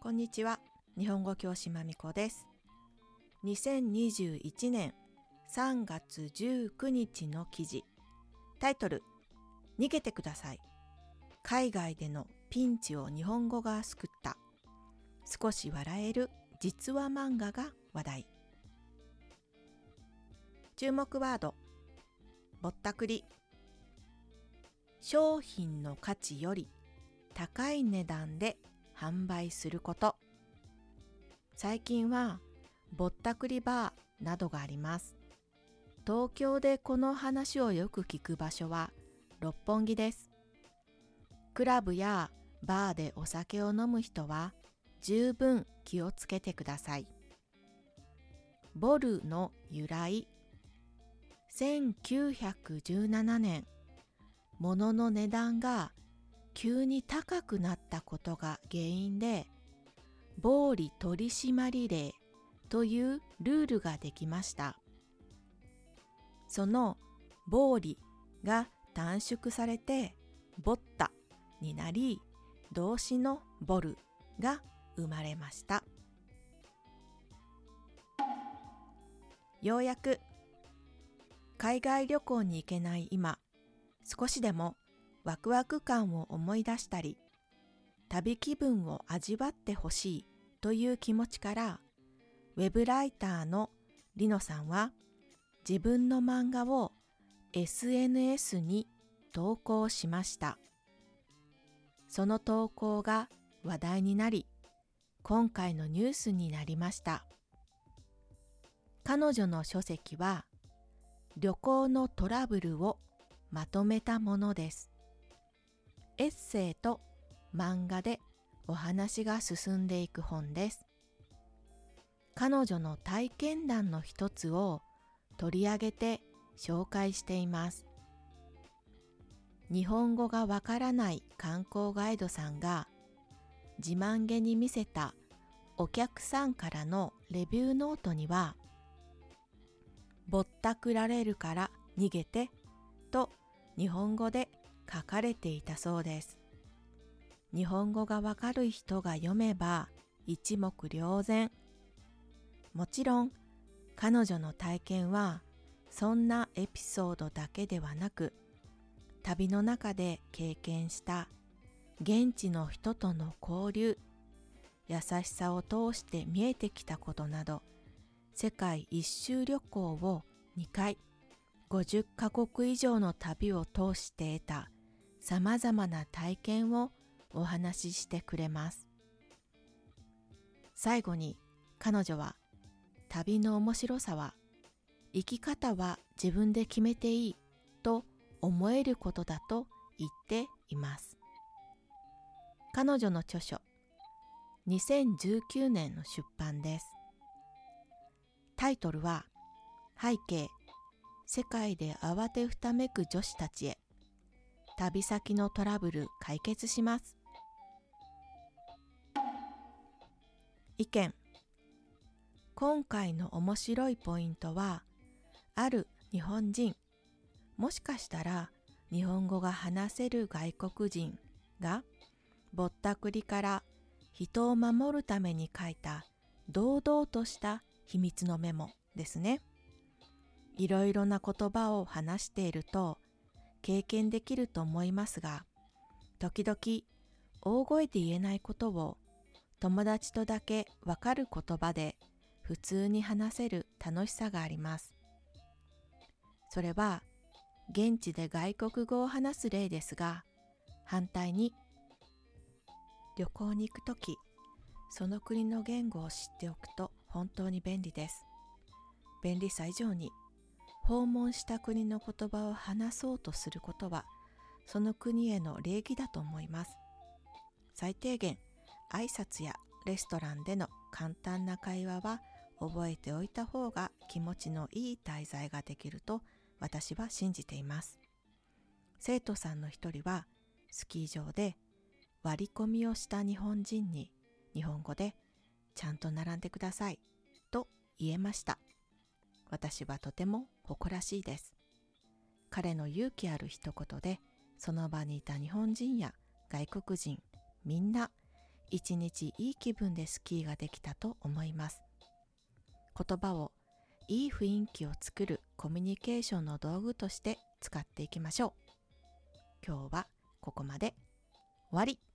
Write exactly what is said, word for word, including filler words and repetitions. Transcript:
こんにちは。日本語教師まみこです。にせんにじゅういちねんさんがつじゅうくにちの記事。タイトル、逃げてください。海外でのピンチを日本語が救った。少し笑える実話漫画が話題。注目ワード、ぼったくり。商品の価値より高い値段で販売すること。最近はぼったくりバーなどがあります。東京でこの話をよく聞く場所は六本木です。クラブやバーでお酒を飲む人は十分気をつけてください。ボルの由来。せんきゅうひゃくじゅうななねん、物の値段が急に高くなったことが原因で、暴利取締令というルールができました。その暴利が短縮されて、ボッタになり、動詞のボルが生まれました。要約。海外旅行に行けない今、少しでもワクワク感を思い出したり、旅気分を味わってほしいという気持ちから、ウェブライターのリノさんは自分の漫画を エスエヌエス に投稿しました。その投稿が話題になり、今回のニュースになりました。彼女の書籍は、旅行のトラブルをまとめたものです。エッセイと漫画でお話が進んでいく本です。彼女の体験談の一つを取り上げて紹介しています。日本語がわからない観光ガイドさんが自慢げに見せたお客さんからのレビューノートには、ぼったくられるから逃げてと日本語で書かれていたそうです。日本語がわかる人が読めば一目瞭然。もちろん彼女の体験はそんなエピソードだけではなく、旅の中で経験した現地の人との交流、優しさを通して見えてきたことなど、世界一周旅行をにかい、ごじゅっかこく以上の旅を通して得た様々な体験をお話ししてくれます。最後に彼女は、旅の面白さは生き方は自分で決めていいと思えることだと言っています。彼女の著書、にせんじゅうきゅうねんの出版です。タイトルは、背景、世界で慌てふためく女子たちへ、旅先のトラブル解決します。意見。今回の面白いポイントは、ある日本人、もしかしたら日本語が話せる外国人が、ぼったくりから人を守るために書いた堂々とした秘密のメモですね。いろいろな言葉を話していると経験できると思いますが、時々大声で言えないことを友達とだけわかる言葉で普通に話せる楽しさがあります。それは現地で外国語を話す例ですが、反対に旅行に行くとき、その国の言語を知っておくと本当に便利です。便利さ以上に、訪問した国の言葉を話そうとすることは、その国への礼儀だと思います。最低限、挨拶やレストランでの簡単な会話は覚えておいた方が気持ちのいい滞在ができると私は信じています。生徒さんの一人は、スキー場で割り込みをした日本人に日本語でちゃんと並んでくださいと言えました。私はとても誇らしいです。彼の勇気ある一言で、その場にいた日本人や外国人みんな一日いい気分でスキーができたと思います。言葉をいい雰囲気を作るコミュニケーションの道具として使っていきましょう。今日はここまで。終わり。